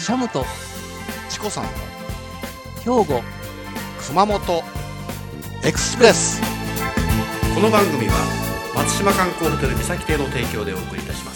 シャムとチコさんの兵庫熊本エクスプレス。この番組は松島観光ホテル三崎邸の提供でお送りいたします。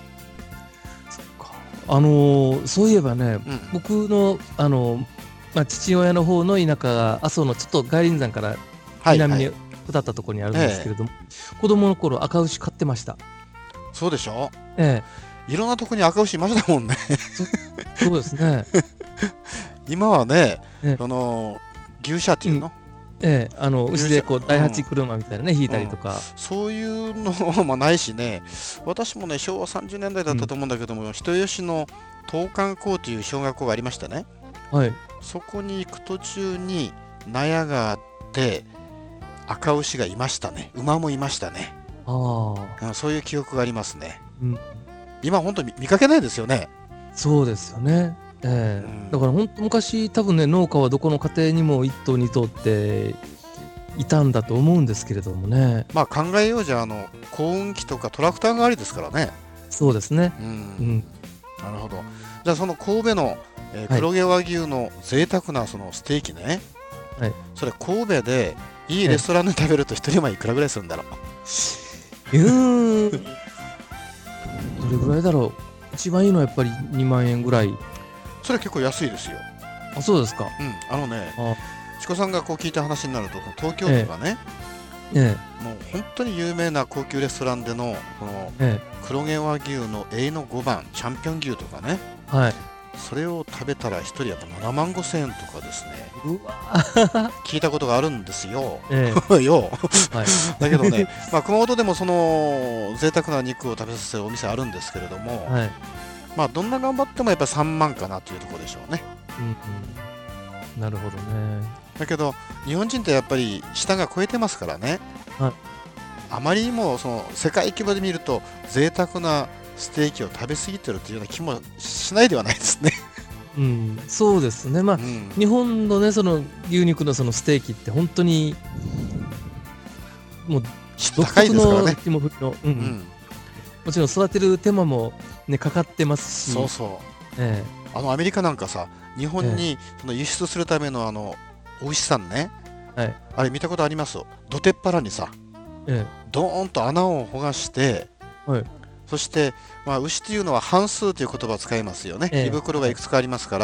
そういえばね、 うん、 僕の父親の方の田舎が阿蘇のちょっと外輪山から南に下ったところにあるんですけれども、子供の頃赤牛飼ってました。 そうでしょ。 いろんなとこに赤牛いましたもんね。 そうですね。 今はね、牛舎っていうの、 牛でこう第8車みたいなね、引いたりとか、 そういうのもないしね。私もね、昭和30年代だったと思うんだけども、人吉の東関校という小学校がありましてね、そこに行く途中に納屋があって赤牛がいましたね。馬もいましたね。そういう記憶がありますね。今本当に見かけないですよね。 そうですよね。だから本当昔多分ね、農家はどこの家庭にも1頭2頭っていたんだと思うんですけれどもね。 まあ考えようじゃ耕運機とかトラクターがありですからね。 そうですね。 なるほど。じゃあその神戸の、黒毛和牛の贅沢なそのステーキね、それ神戸でいいレストランで食べると一人前いくらぐらいするんだろう。 どれぐらいだろう。一番いいのはやっぱり2万円ぐらい。 それは結構安いですよ。 あ、そうですか。 チコさんがこう聞いた話になると、東京都がね、もう本当に有名な高級レストランでのこの黒毛和牛の A の5番チャンピオン牛とかね、それを食べたら1人やっぱ7万5千円とかですね、聞いたことがあるんですよ。だけどね、熊本でもその贅沢な肉を食べさせるお店あるんですけれども、どんな頑張ってもやっぱ3万かなというところでしょうね。 なるほどね。 だけど日本人ってやっぱり舌が超えてますからね、あまりにもその世界規模で見ると贅沢なステーキを食べ過ぎてるというような気もしないではないですね。 そうですね。日本のね、その牛肉のそのステーキって本当にもう高いですからね。 もちろん育てる手間もねかかってますし。 アメリカなんかさ、日本にその輸出するためのお牛さんね、あれ見たことあります？どてっぱらにさ、ドーンと穴をほがして、そして、牛っていうのは半数という言葉を使いますよね。胃袋がいくつかありますから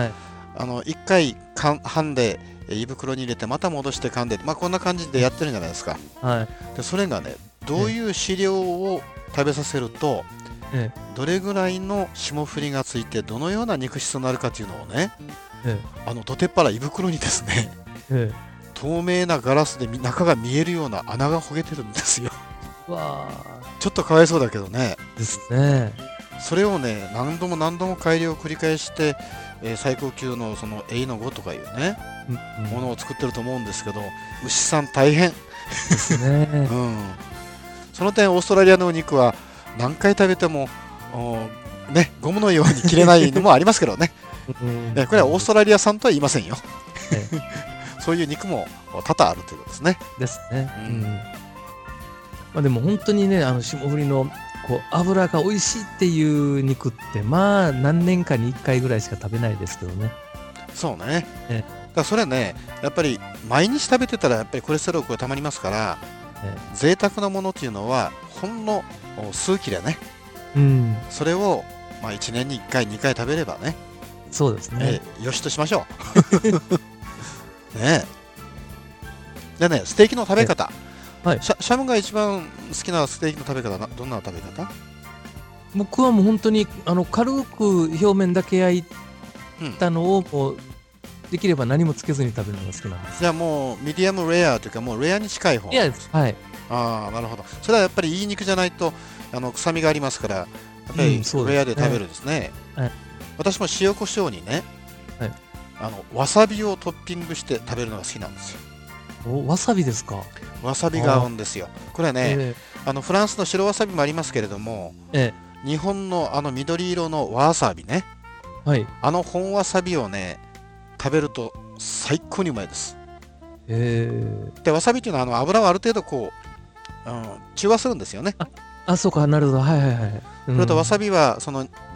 、1回噛んで胃袋に入れてまた戻して噛んで、こんな感じでやってるんじゃないですか。でそれがね、どういう飼料を食べさせると、どれぐらいの霜降りがついてどのような肉質になるかというのをね、どてっぱら胃袋にですね、透明なガラスで中が見えるような穴がほげてるんですよ。ちょっとかわいそうだけどね。 ですね。 それをね、何度も何度も改良を繰り返して、最高級のその A の5とかいうね、ものを作ってると思うんですけど、牛さん大変ですね。 その点オーストラリアのお肉は何回食べてもね、ゴムのように切れないのもありますけどね。これはオーストラリア産とは言いませんよ。そういう肉も多々あるということですね。 ですね。でも本当にね、霜降りのこう脂が美味しいっていう肉って何年かに1回ぐらいしか食べないですけどね。 そうね。だからそれね、やっぱり毎日食べてたらやっぱりコレステロールがたまりますから、贅沢なものっていうのはほんの数切れね、それを1年に1回2回食べればね、 そうですね、 よしとしましょう。でね、ステーキの食べ方、シャムが一番好きなステーキの食べ方はどんな食べ方？ 僕はもう本当に軽く表面だけ焼いたのをもうできれば何もつけずに食べるのが好きなんです。 じゃあもうミディアムレアというかもうレアに近い方。 レアです。なるほど。それはやっぱりいい肉じゃないと臭みがありますから、やっぱりレアで食べるですね。私も塩コショウにね、わさびをトッピングして食べるのが好きなんですよ。 わさびですか？ わさびが合うんですよ。これはね、フランスの白わさびもありますけれども、日本の緑色のわさびね、本わさびをね食べると最高にうまいです。でわさびっていうのは油をある程度こう中和するんですよね。 そうか、なるほど。 それとわさびはその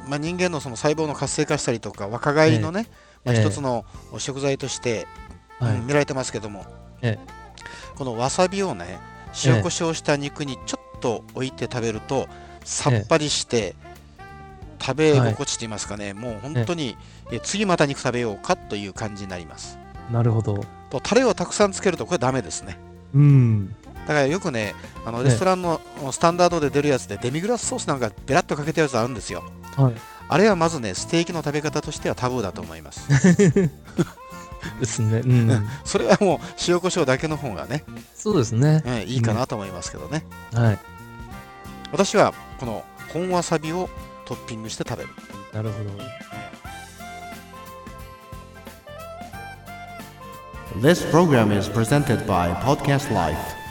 人間のその細胞の活性化したりとか若返りのね、一つの食材として、見られてますけども、このわさびをね塩コショウした肉にちょっと置いて食べるとさっぱりして食べ心地といいますかね、もう本当に次また肉食べようかという感じになります。 なるほど。 とタレをたくさんつけるとこれダメですね。だからよくねレストランのスタンダードで出るやつでデミグラスソースなんかベラッとかけたやつあるんですよ。あれはまずねステーキの食べ方としてはタブーだと思います。 ですね。 それはもう塩コショウだけの方がね、 そうですね、 いいかなと思いますけどね。 私はこの本わさびをトッピングして食べる。 なるほど。 This program is presented by Podcast Life.